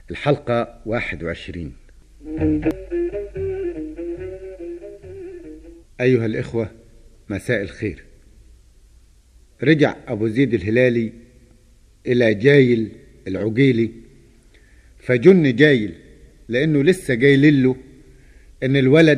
الحلقة 21. أيها الإخوة، مساء الخير. رجع أبو زيد الهلالي إلى جايل العجيلي، فجن جايل لأنه لسه جايل له إن الولد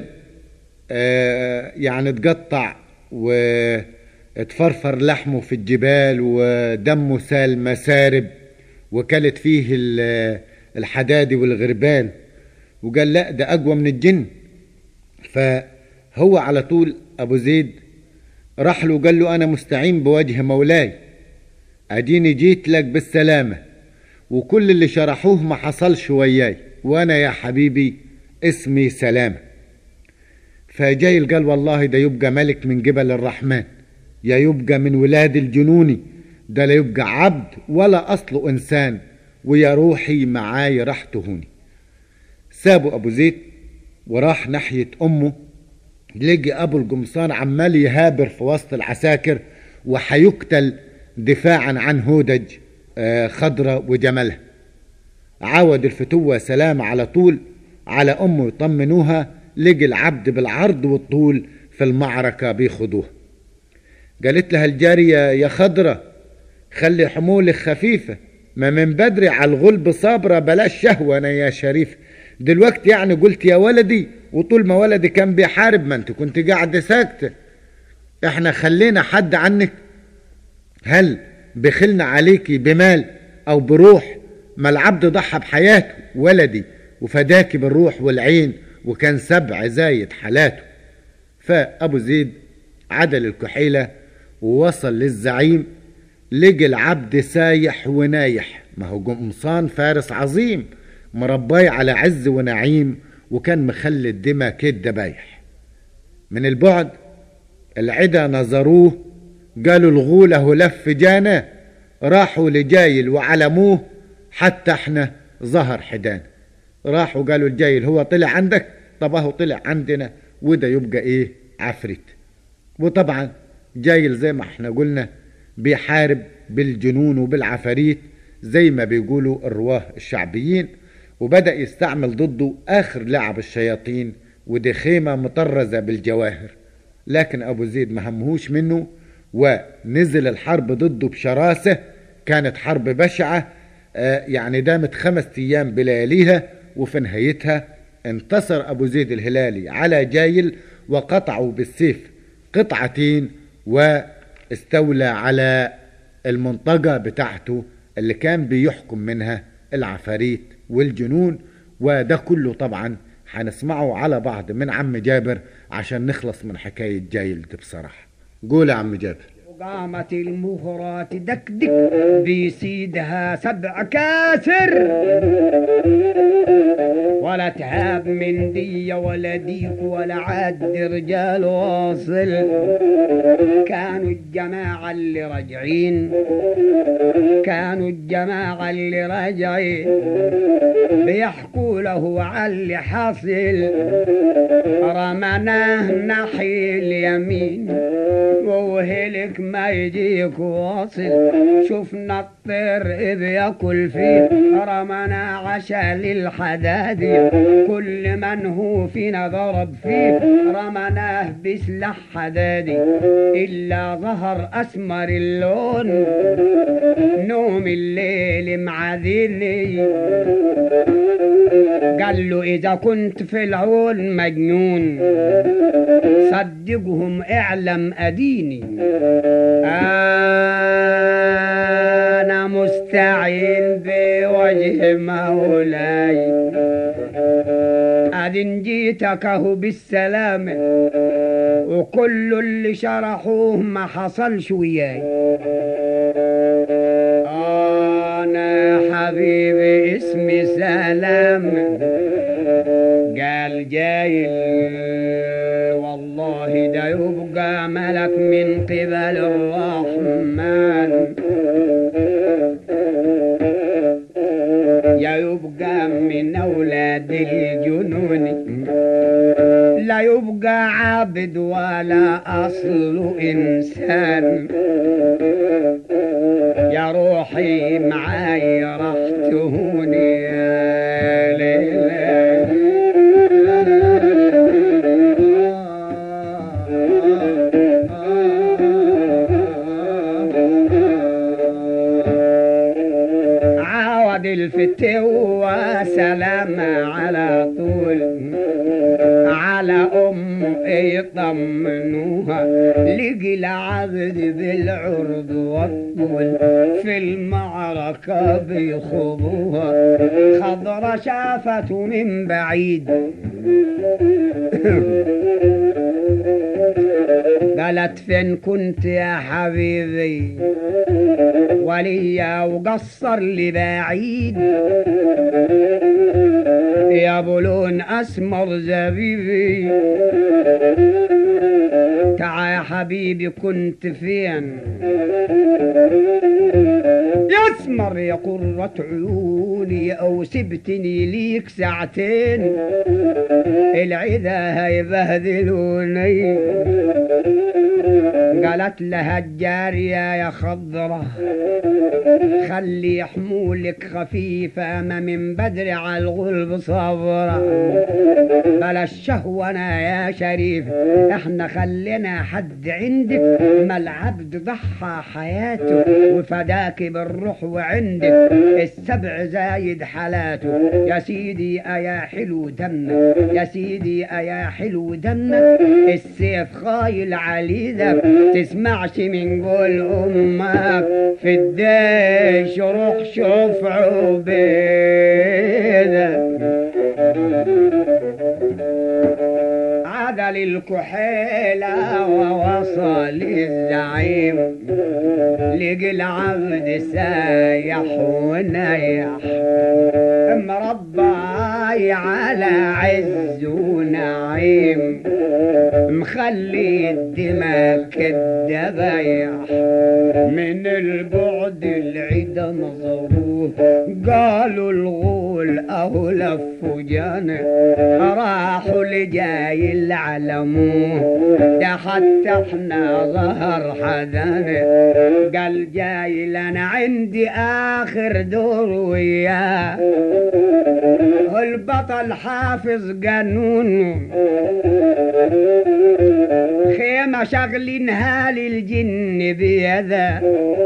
يعني اتقطع واتفرفر لحمه في الجبال ودمه سال مسارب وكلت فيه الحدادي والغربان، وقال لا ده أقوى من الجن. فهو على طول أبو زيد راح له قال له أنا مستعين بوجه مولاي، أديني جيت لك بالسلامة، وكل اللي شرحوه ما حصلش وياي، وأنا يا حبيبي اسمي سلامة. فجايل قال والله ده يبقى ملك من جبل الرحمن، يا يبقى من ولاد الجنوني، ده لا يبقى عبد ولا أصله إنسان، ويا روحي معاي راح تهوني. سابوا أبو زيد وراح ناحية أمه، لقي أبو القمصان عمال يهابر في وسط العساكر وحيقتل دفاعا عن هودج خضرة وجمالها. عاود الفتوة سلام على طول على أمه يطمنوها، لقي العبد بالعرض والطول في المعركة بيخضوها. قالت لها الجارية يا خضرة خلي حمولك خفيفة، ما من بدري على الغلب صابرة، بلاش شهوة أنا يا شريف. دلوقتي يعني قلت يا ولدي، وطول ما ولدي كان بيحارب ما انت كنت قاعدة ساكتة. احنا خلينا حد عنك؟ هل بخلنا عليكي بمال او بروح؟ ما العبد ضحى بحياته ولدي وفداكي بالروح والعين، وكان 7 زايد حالاته. فأبو زيد عدل الكحيلة ووصل للزعيم، لقي العبد سايح ونايح، ما هو قمصان فارس عظيم مرباي على عز ونعيم، وكان مخلي الدماء كد دبايح. من البعد العدا نظروه، قالوا الغوله لف جانا، راحوا لجايل وعلموه حتى احنا ظهر حدان. راحوا قالوا الجايل هو طلع عندك؟ طب اهو طلع عندنا، وده يبقى ايه؟ عفريت. وطبعا جايل زي ما احنا قلنا بيحارب بالجنون وبالعفاريت زي ما بيقولوا الرواه الشعبيين، وبدأ يستعمل ضده آخر لعب الشياطين، ودي خيمة مطرزة بالجواهر. لكن أبو زيد ما همهوش منه، ونزل الحرب ضده بشراسة. كانت حرب بشعة، يعني دامت 5 أيام بلياليها، وفي نهايتها انتصر أبو زيد الهلالي على جايل، وقطعوا بالسيف قطعتين، واستولى على المنطقة بتاعته اللي كان بيحكم منها العفاريت والجنون. وده كله طبعا هنسمعه على بعض من عم جابر عشان نخلص من حكاية جايل دي بصراحة. قول يا عم جابر. قامت المهرات دكدك بيسيدها 7 كاسر، ولا تعاب من دي ولا ديك ولا عاد رجال واصل. كانوا الجماعة اللي راجعين، كانوا الجماعة اللي راجعين بيحكوا له على اللي حاصل. رمناه ناحية اليمين ووهلك ما يجيك واصل، شفنا الطير إذ يأكل فيه، رمنا عشا للحدادي، كل من هو فينا ضرب فيه، رمناه بسلاح حدادي. إلا ظهر أسمر اللون نوم الليل معذني، قال له إذا كنت في العون مجنون صدقهم اعلم أديني، أنا مستعين بوجه مولاي، أدن جيتك هو بالسلامة، وكل اللي شرحوه ما حصلش وياي. أنا حبيبي اسمي سلام، قال جايل والله ده يبقى ملك من قبل الرحمن، يا يبقى من أولاد الجنون، لا يبقى عابد ولا أصل إنسان، يا روحي معاي راح تهوني. خد الفتوة سلامة على طول على يطمنوها لقي العبد بالعرض والطول في المعركة بيخوضوها خضرة شافته من بعيد قالت فين كنت يا حبيبي وليا وقصر لي بعيد يا بلون اسمر زبيبي تعا يا حبيبي كنت فين يسمر يا قرة عيوني او سبتني ليك ساعتين العذا هيبهدلوني قالت لها الجارية يا خضرة خلي حمولك خفيفة ما من بدري على الغلب صبرة بلا الشهوة يا شريف احنا خلينا حد عندك ما العبد ضحى حياته وفداك بالروح وعندك السبع زايد حالاته يا سيدي ايا حلو دمك يا سيدي ايا حلو دمك السيف خايل علي ذب تسمعش من قول امك في الديش روح شوف عبيدك عدل الكحيلة ووصل الزعيم لقي العبد سايح ونايح مرباي على عز ونعيم مخلي الدماغ الدبايح من البعد العدا نظروه قالوا الغول او لفوا جانب راحوا لجاي العلموه ده حتى احنا ظهر حدانه قال جاي لنا عندي اخر دور وياه البطل حافظ قانونه خيمة شغلينها للجن بيذا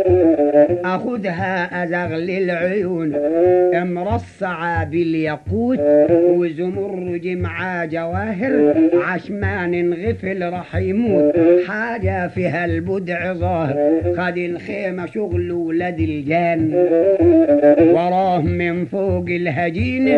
اخدها ازغل العيون مرصعة بالياقوت وزمرد مع جواهر عشمان غفل راح يموت حاجة فيها البدع ظاهر خد الخيمة شغل ولاد الجان وراه من فوق الهجين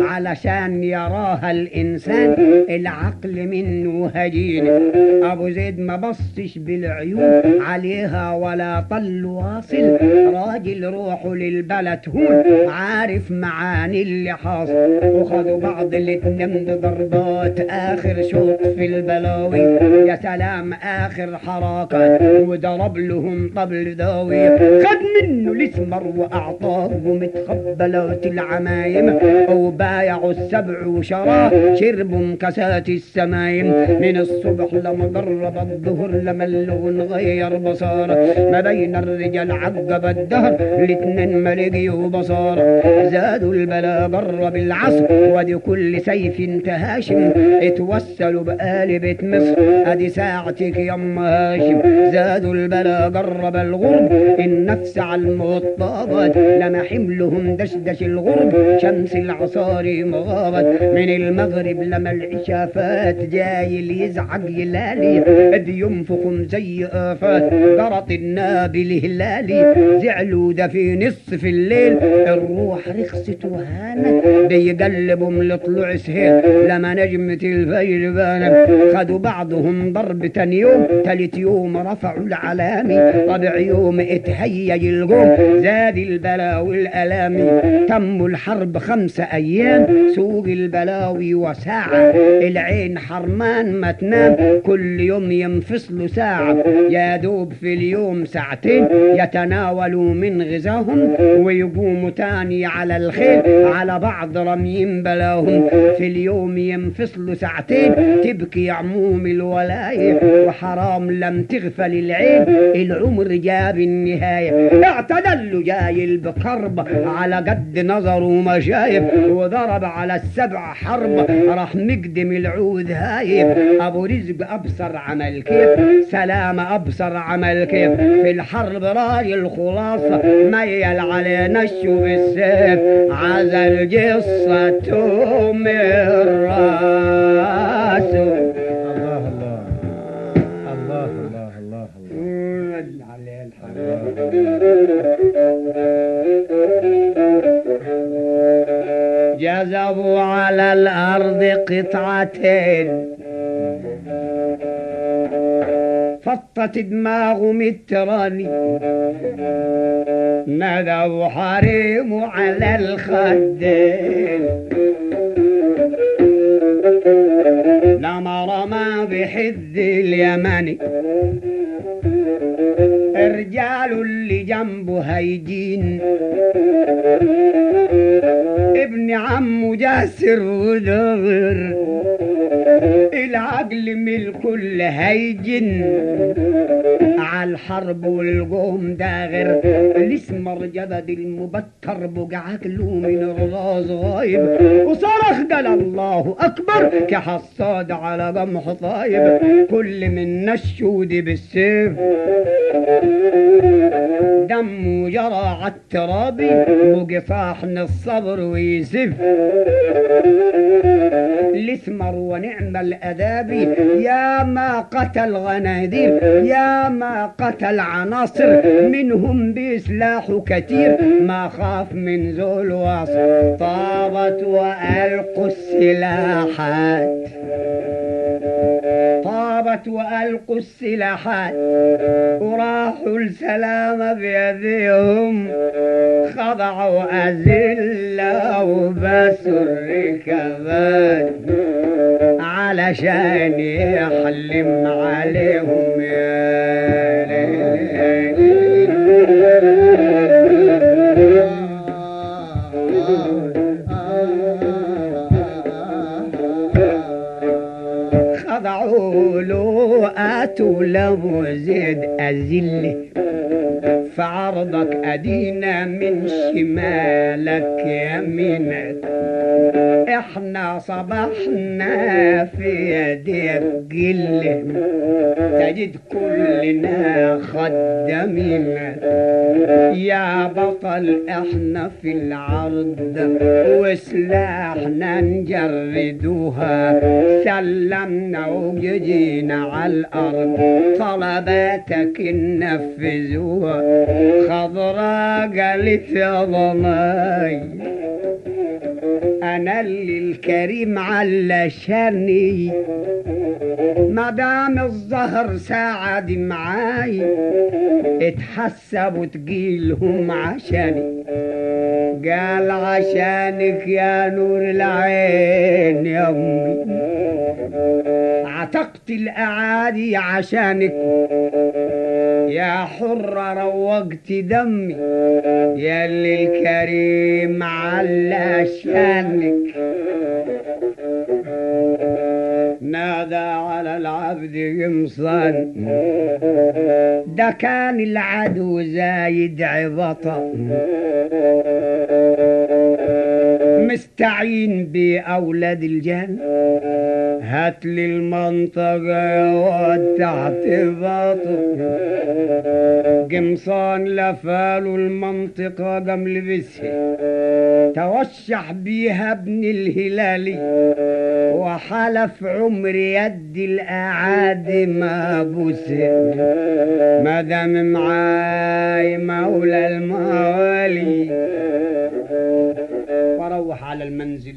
علشان يراها الانسان العقل منه هجين ابو زيد ما بصش بالعيون عليها ولا طل واصل راجل روحه للبلد هون عارف معاني اللي حاصل وخدوا بعض الاتنين ضربات اخر شوط في البلاوي يا سلام اخر حركات وضرب لهم طبل داوي خد منه الاسمر واعطاه ومتقبلات العمايم وبايعوا السبع وشراه شربوا مكاسات السمايم من الصبح لما قرب الظهر لما اللون غير بصاره ما بين الرجال عقب الدهر الاتنين ما لقيوا بصاره زادوا البلا قرب العصر ودي كل سيف هاشم اتوسلوا بقالبة مصر ادي ساعتك يا ام هاشم زادوا البلا قرب الغرب النفس على المطابات لما حملهم دشدش الغرب شمس العصاري مغابت من المغرب لما العشاء فات جاي اللي يزعق يلالي ادي ينفخم زي افات قرط النابل هلالي زعلوا ده في نصف الليل الروح رخصت وهانت بيقلبهم لطلوع سهيل لما نجمة الفجر بانت خدوا بعضهم ضرب تاني يوم تالت يوم رفعوا العلامي ربع يوم اتهيج القوم زاد البلا والالامي تموا الحرب 5 ايام سوق البلاوي وساعة العين حرمان ما تنام كل يوم ينفصلوا ساعة يا دوب في اليوم ساعتين يتناولوا من غذاهم ويقوموا تاني على الخيل على بعض رميين بلاهم في اليوم ينفصلوا ساعتين تبكي عموم الولاية وحرام لم تغفل العين العمر جاب النهاية اعتدلوا جايل بكرب على على قد نظره ما شايف، وضرب على السبع حرب راح مقدم العود هايب. ابو رزق ابصر عمل كيف، سلامة ابصر عمل كيف، في الحرب راي الخلاصة ميل علينا الشو بالسيف، عزل جصته من راسه. الله الله الله الله الله عليه الحمد. جذبوا على الأرض قطعتين، فطت دماغهم التراني، ندوا حريم على الخدين، لما رمى بحد اليمني الرجال اللي جنبه هيجين، ابن عمه جاسر ودغر، العقل من الكل هيجن، عالحرب والقوم داغر، الاسمر جبد المبتر بقى عقله من الراس غايب، وصرخ قال الله اكبر كحصاد على قمح طايب، كل من الشود بالسيف دمه جرى عالترابي، وقصاحن الصبر ويسف، الاسمر ونعم الأذابي، يا ما قتل غنادير، يا ما قتل عناصر، منهم بسلاحه كتير، ما خاف من ذو الوصف، طابت وألقوا السلاحات، طابت وألقوا السلاحات، وراحوا السلامة بيديهم، خضعوا أذلة وبسوا الركبات، علشان يحلم عليهم يا ليل. خضعوا له آتوا له زيد أذله، فعرضك أدينا من شمالك يمينك، احنا صبحنا في يديك قله، تجد كلنا خدامينك، يا بطل احنا في العرض وسلاحنا نجردوها، سلمنا وجينا على الارض، طلباتك ننفذوها، خضراء قالت يا ضناي انا اللي الكريم علشاني، مدام الظهر ساعد معاي، اتحسب وتقيلهم عشاني، قال عشانك يا نور العين يا امي، عتقت الاعادي عشانك، يا حرة روقت دمي، يا اللي الكريم علشانك، نادى على العبد قمصان، ده كان العدو زايد عبطة، مستعين بأولاد الجن، هات لي المنطقة وتحت بطن، قمصان لفالوا المنطقة قام لبسها، توشح بيها ابن الهلالي، وحلف عمر يد الأعادي ما بوسه، مدام معاي مولى الموالي، وروح على المنزل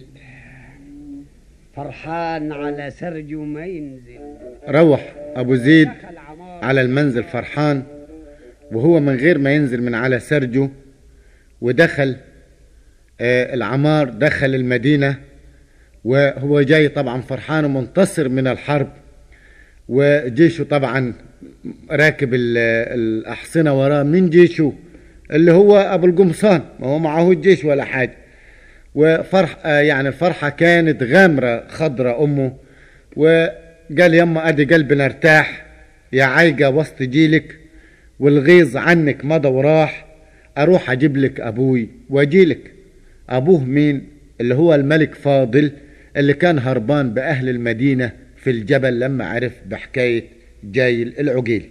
فرحان على سرجه ما ينزل. روح أبو زيد على المنزل فرحان، وهو من غير ما ينزل من على سرجه، ودخل العمار، دخل المدينة، وهو جاي طبعا فرحان ومنتصر من الحرب، وجيشه طبعا راكب الأحصنة وراه من جيشه اللي هو أبو القمصان، ما هو معه الجيش ولا حاجة. وفرح يعني الفرحة كانت غامرة خضرة أمه، وقال يما أدي قلبنا ارتاح يا عايقة وسط جيلك، والغيظ عنك مضى وراح، اروح اجيب لك ابوي واجيلك. ابوه مين؟ اللي هو الملك فاضل اللي كان هربان باهل المدينة في الجبل لما عرف بحكاية جايل العقيلي.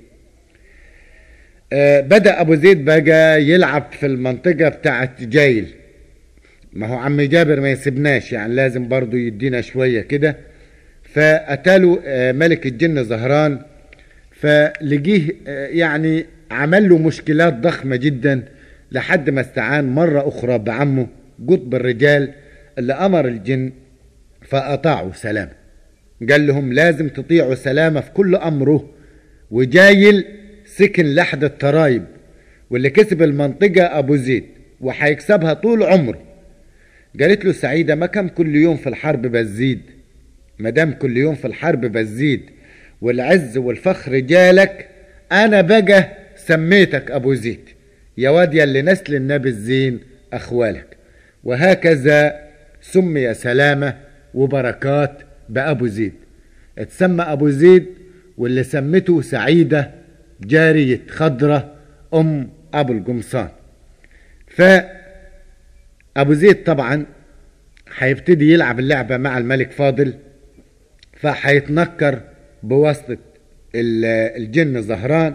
بدأ ابو زيد بقى يلعب في المنطقة بتاعت جايل. ما هو عم جابر ما يسيبناش، يعني لازم برضو يدينا شوية كده. فأتاله ملك الجن زهران، فلقيه يعني عمل له مشكلات ضخمة جدا، لحد ما استعان مرة أخرى بعمه قطب الرجال اللي أمر الجن فأطاعوا سلامة. قال لهم لازم تطيعوا سلامة في كل أمره. وجايل سكن لحد الترايب، واللي كسب المنطقة أبو زيد وحيكسبها طول عمره. قالت له سعيدة ما كم كل يوم في الحرب بتزيد، مدام كل يوم في الحرب بتزيد والعز والفخر جالك، انا بقى سميتك ابو زيد يا واد يلي نسل النبي الزين اخوالك. وهكذا سمي سلامة وبركات بأبو زيد. اتسمى أبو زيد، واللي سمته سعيدة جارية خضرة أم أبو القمصان. فأبو زيد طبعا هيبتدي يلعب اللعبة مع الملك فاضل، فهيتنكر بواسطة الجن زهران،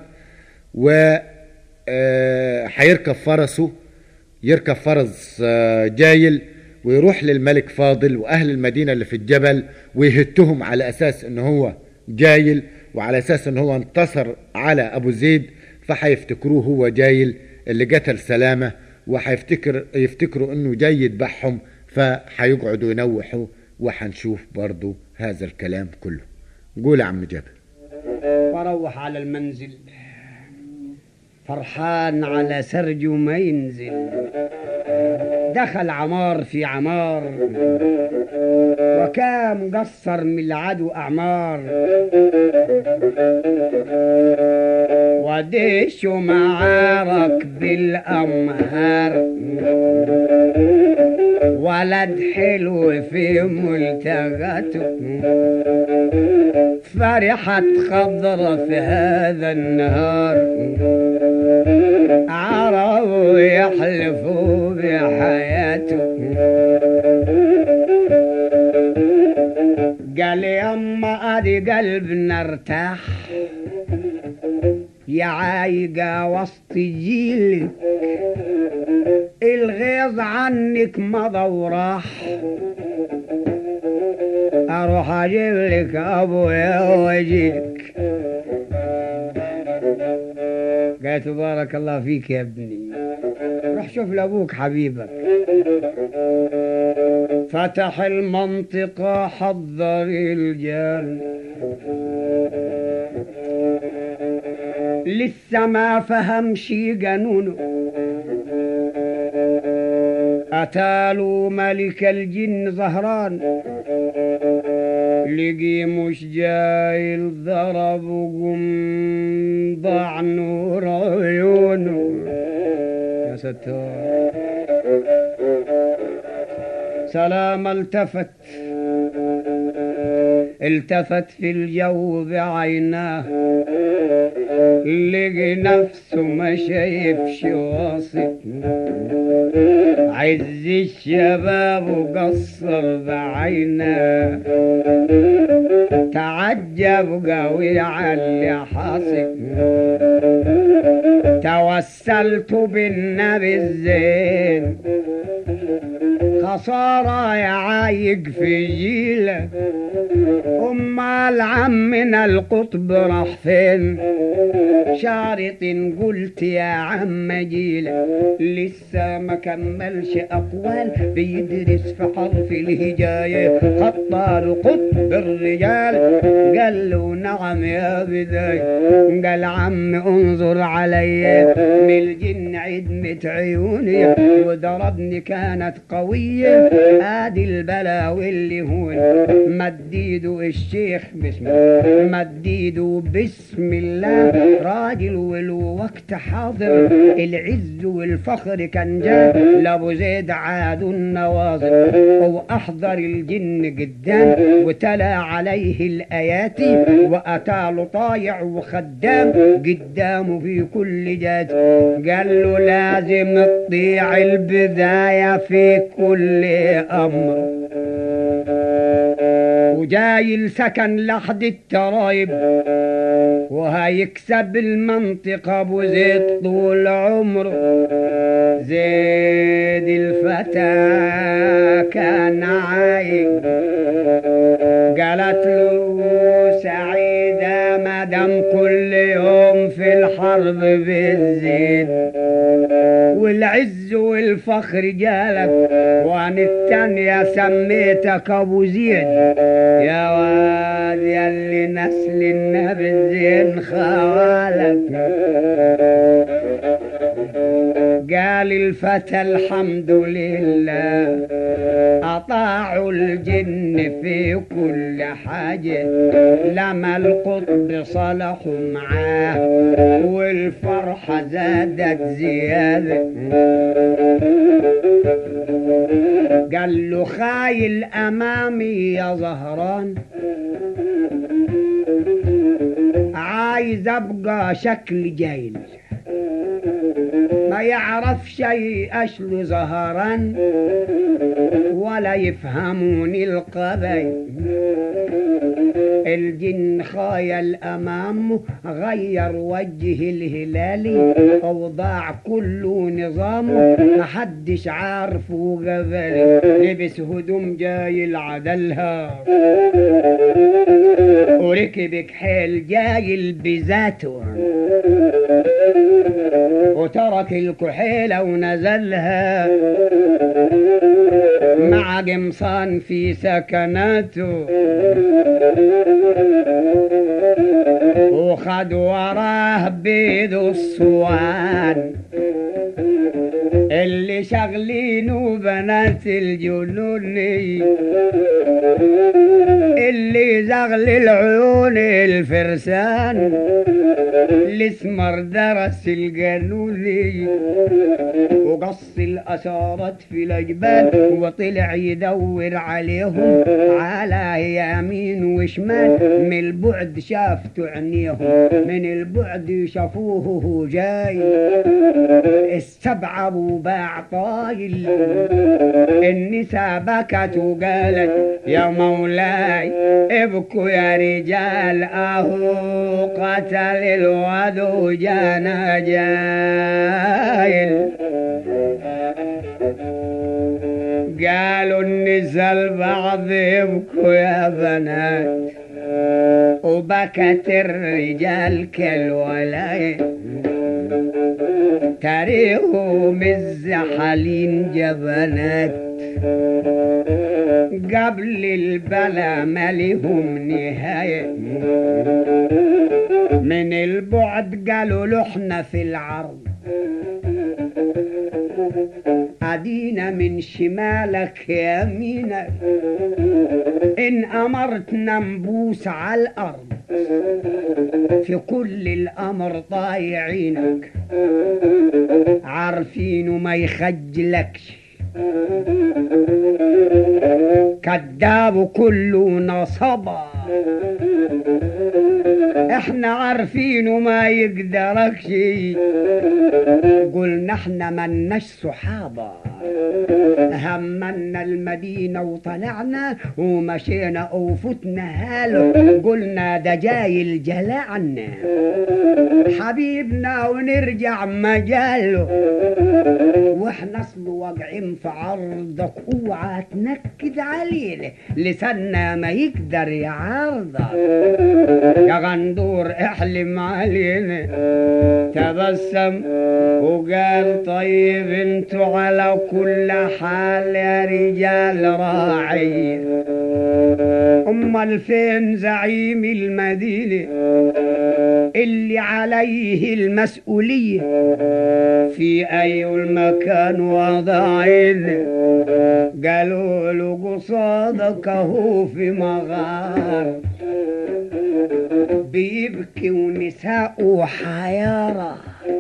وهيركب فرسه، يركب فرس جايل ويروح للملك فاضل وأهل المدينة اللي في الجبل ويهتهم على أساس أنه هو جايل، وعلى أساس أنه هو انتصر على أبو زيد، فحيفتكروه هو جايل اللي قتل سلامة، وحيفتكروا أنه جاي يذبحهم، فحيقعدوا ينوحوا. وحنشوف برضو هذا الكلام كله. قول يا عم جابر. وروح على المنزل فرحان على سرجه ما ينزل، دخل عمار في عمار وكان قصر من العدو أعمار، وديشوا معارك بالأمهار، ولد حلو في ملتقته، فرحت خضرة في هذا النهار، عربوا يحلفوا بحياته، قال يما ادي قلبنا ارتاح يا عايقة وسط جيلك، الغيظ عنك مضى وراح، اروح اجيب لك ابويا واجيك. قالت بارك الله فيك يا ابني، روح شوف لابوك حبيبك. فتح المنطقة حضر الجال، لسه ما فهم شي قانونه، أتالوا ملك الجن زهران، لقي مش جايل ضرب ضاع نور عيونه. يا ستار سلام التفت في الجو بعيناه، لقي نفسه ما شايفش واصل، عز الشباب وقصر بعيناه، تعجب قوي على اللي حاصل، توسلت بالنبي الزين، خسارة يا عايق في جيلة، امال عمنا القطب راح فين؟ شارط قلت يا عم جيلة، لسه ما كملش اقوال، بيدرس في حرف الهجاية، خطار قطب الرجال، قال له نعم يا بداية، قال عم انظر علي، من الجن عدمة عيوني وضربني كانت قوية، طيب ادي البلاوي اللي هون مديدوا الشيخ بسم الله مديدوا بسم الله راجل والوقت حاضر العز والفخر كان جاء لابو زيد عادوا النواظر واحضر الجن قدام وتلا عليه الايات واتى طايع وخدام قدامه في كل جات قال له لازم تطيع البداية في كل أمر وجاي السكن لحد الترايب وهيكسب المنطقة ابو زيد طول عمره زيد الفتى كان عايق قالت له سعيدة مدام كل يوم في الحرب بالزيد والعز والفخر جالك وانا التانية سميتك ابو زيد يا واد ياللي نسل النبي الزين خوالك قال الفتى الحمد لله أطاعوا الجن في كل حاجة لما القطب صلحوا معاه والفرحة زادت زيادة قال له خايل أمامي يا زهران عايز أبقى شكل جايل ما يعرف شيء أشل زهران ولا يفهموني القبيل الجن خايل أمامه غير وجه الهلالي أوضاع كله نظامه محدش عارفه قبل لبس هدوم جاي العدلها وركب كحيل جاي بذاته وترك الكحيلة ونزلها مع قمصان في سكناته وخد وراه بيد الصوان اللي شغلينه بنات الجنوني اللي زغل العيون الفرسان الاسمر درس القانوني وقص الأسارات في الأجبال وطلع يدور عليهم على يمين وشمال من البعد شافت عينيهم من البعد شافوه هو جاي استبعبوا باع طايل النساء بكت وقالت يا مولاي ابكوا يا رجال اهو قتل الواد وجانا جايل قالوا النساء البعض يبكوا يا بنات وبكت الرجال كالولاية تاريخهم الزحالين جبنات قبل البلا ما لهم نهاية من البعد قالوا له احنا في العرض أدينا من شمالك يمينك إن أمرتنا نبوس على الأرض في كل الأمر طايعينك عارفين وما يخجلكش كذاب كله نصبا احنا عارفين وما يقدركش قلنا احنا مناش صحابة همنا المدينة وطلعنا ومشينا وفتنا هاله قلنا ده جاي الجلعنا حبيبنا ونرجع مجاله واحنا اصل واقعين في عرضك اوعى تنكد علينا لسنا ما يقدر يعارضك يا غندور احلم علينا تبسم وقال طيب انتوا على كل حال يا رجال راعي. امال فين زعيم المدينة اللي عليه المسؤولية؟ في اي المكان وضعين؟ قالوا له قصادك هو في مغار بيبكي ونساءه حيارة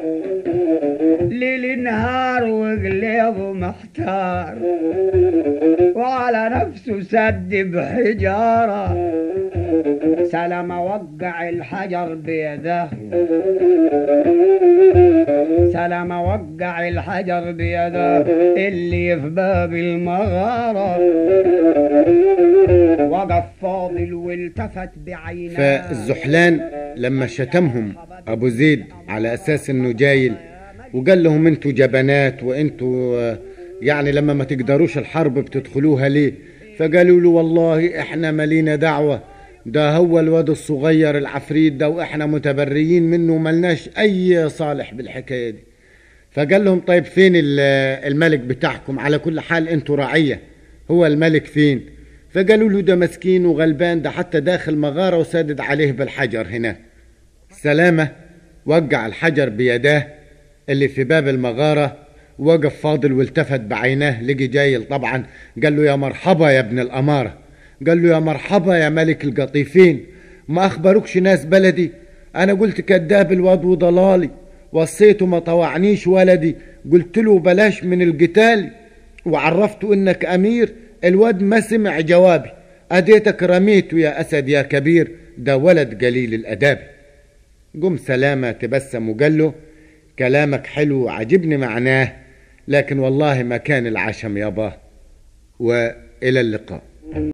ليل نهار وقلبه محتار وعلى نفسه سد بحجارة. سلامة وقع الحجر بيده، سلامة وقع الحجر بيده اللي في باب المغارة. وقف فاضل والتفت بعيناه. فالزحلان لما شتمهم ابو زيد على اساس انه جايل وقال لهم انتوا جبنات وانتوا يعني لما ما تقدروش الحرب بتدخلوها ليه؟ فقالوا له والله احنا مالينا دعوة، ده هو الواد الصغير العفريت ده واحنا متبريين منه وملناش اي صالح بالحكاية دي. فقال لهم طيب فين الملك بتاعكم؟ على كل حال انتوا رعية، هو الملك فين؟ فقالوا له ده مسكين وغلبان، ده حتى داخل مغارة وسادد عليه بالحجر هناك. سلامة وقع الحجر بيداه اللي في باب المغارة. وقف فاضل والتفت بعيناه لقي جايل طبعا. قال له يا مرحبا يا ابن الأمارة، قال له يا مرحبا يا ملك القطيفين، ما أخبروكش ناس بلدي؟ أنا قلت كداب الواد وضلالي، وصيته ما طوعنيش ولدي، قلت له بلاش من القتال وعرفته إنك أمير، الواد ما سمع جوابي، أديتك رميته يا أسد يا كبير، ده ولد قليل الأداب. قم سلامة تبسم وقال له كلامك حلو عجبني معناه، لكن والله ما كان العشم يابا، وإلى اللقاء.